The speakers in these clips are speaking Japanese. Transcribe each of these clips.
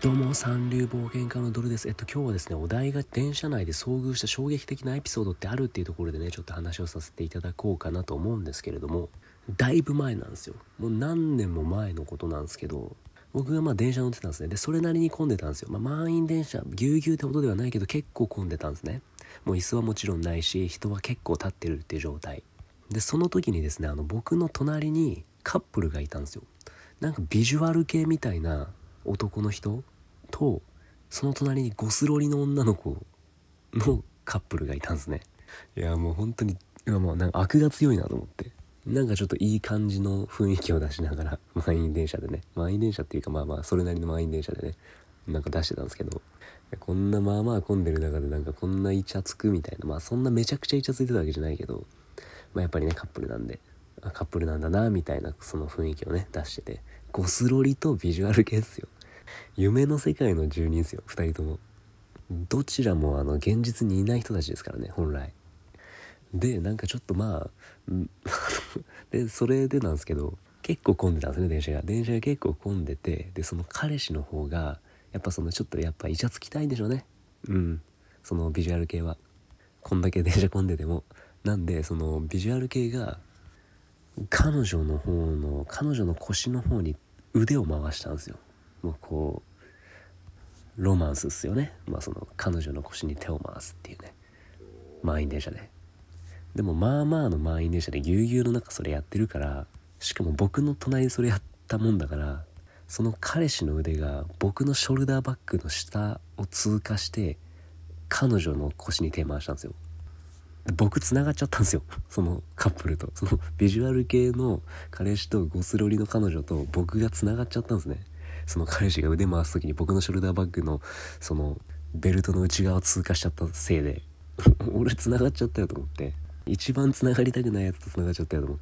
どうも三流冒険家のドルです。今日はですね、お題が電車内で遭遇した衝撃的なエピソードってあるっていうところでね、ちょっと話をさせていただこうかなと思うんですけれども、だいぶ前なんですよ。もう何年も前のことなんですけど、僕が電車乗ってたんですね。でそれなりに混んでたんですよ。満員電車ぎゅうぎゅうってことではないけど結構混んでたんですね。もう椅子はもちろんないし、人は結構立ってるっていう状態で、その時にですね、僕の隣にカップルがいたんですよ。なんかビジュアル系みたいな男の人と、その隣にゴスロリの女の子のカップルがいたんですね。いやもう本当にもうなんか悪が強いなと思って、なんかちょっといい感じの雰囲気を出しながら満員電車っていうかそれなりの満員電車でね、なんか出してたんですけど、こんな混んでる中でなんかこんなイチャつくみたいな、そんなめちゃくちゃイチャついてたわけじゃないけど、やっぱりねカップルなんで、カップルなんだなみたいなその雰囲気をね出してて、ゴスロリとビジュアル系ですよ。夢の世界の住人ですよ、2人とも。どちらも現実にいない人たちですからね、本来で。なんかちょっとでそれでなんですけど、結構混んでたんですね、電車が結構混んでて、でその彼氏の方がやっぱちょっとイチャつきたいんでしょうね。そのビジュアル系はこんだけ電車混んでても。なんでそのビジュアル系が彼女の腰の方に腕を回したんですよ。もうこうロマンスっすよね。その彼女の腰に手を回すっていうね、満員電車で。でもの満員電車でぎゅうぎゅうの中それやってるから、しかも僕の隣でそれやったもんだから、その彼氏の腕が僕のショルダーバッグの下を通過して彼女の腰に手回したんですよ。僕繋がっちゃったんですよ、そのカップルと。そのビジュアル系の彼氏とゴスロリの彼女と僕が繋がっちゃったんですね。その彼氏が腕回す時に僕のショルダーバッグのそのベルトの内側を通過しちゃったせいで俺繋がっちゃったよと思って、一番繋がりたくないやつと繋がっちゃったよと思って、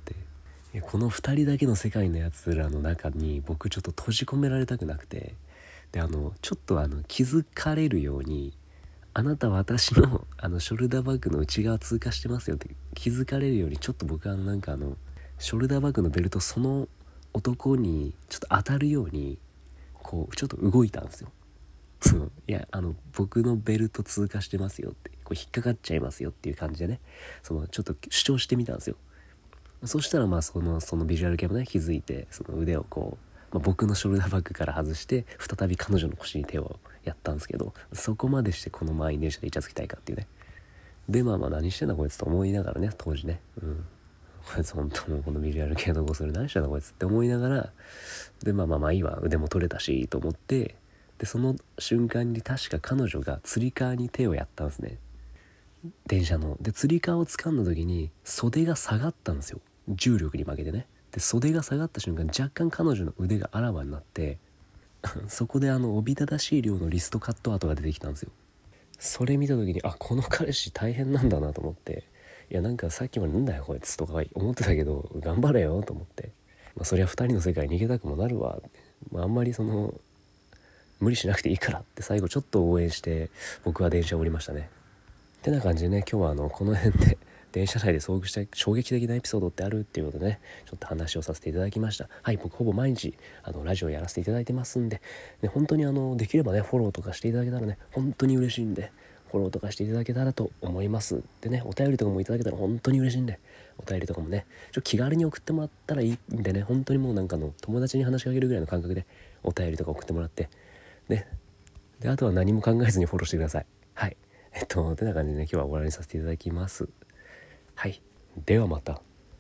この2人だけの世界のやつらの中に僕ちょっと閉じ込められたくなくて、でちょっと気づかれるように、あなたは私のショルダーバッグの内側通過してますよって気づかれるように、ちょっと僕はショルダーバッグのベルトその男にちょっと当たるようにこうちょっと動いたんですよ。僕のベルト通過してますよって、こう引っかかっちゃいますよっていう感じでね、ちょっと主張してみたんですよ。そしたらそのビジュアル系もね気づいて、その腕をこう、僕のショルダーバッグから外して再び彼女の腰に手をやったんですけど、そこまでしてこの満員電車でイチャつきたいかっていうね。で何してんだこいつと思いながらね、当時ね、こいつ本当もうこのビジュアル系のゴスロリ何してんだこいつって思いながら、でいいわ、腕も取れたしと思って、でその瞬間に確か彼女がつり革に手をやったんですね、電車の。でつり革を掴んだ時に袖が下がったんですよ、重力に負けてね。で袖が下がった瞬間、若干彼女の腕があらわになってそこでおびただしい量のリストカット跡が出てきたんですよ。それ見た時にこの彼氏大変なんだなと思って、さっきまでなんだよこいつとか思ってたけど頑張れよと思って、そりゃ二人の世界に逃げたくもなるわ、あんまり無理しなくていいからって最後ちょっと応援して僕は電車を降りましたね。ってな感じでね、今日はこの辺で電車内で遭遇した衝撃的なエピソードってあるっていうことでね、ちょっと話をさせていただきました。はい、僕ほぼ毎日ラジオやらせていただいてますんで、ね、本当にできればねフォローとかしていただけたらね本当に嬉しいんで、フォローとかしていただけたらと思います。でね、お便りとかもいただけたら本当に嬉しいんで、お便りとかもね気軽に送ってもらったらいいんでね、本当にもう友達に話しかけるぐらいの感覚でお便りとか送ってもらってね、であとは何も考えずにフォローしてください。はい、てな感じでね、今日は終わりにさせていただきます。はい、ではまた。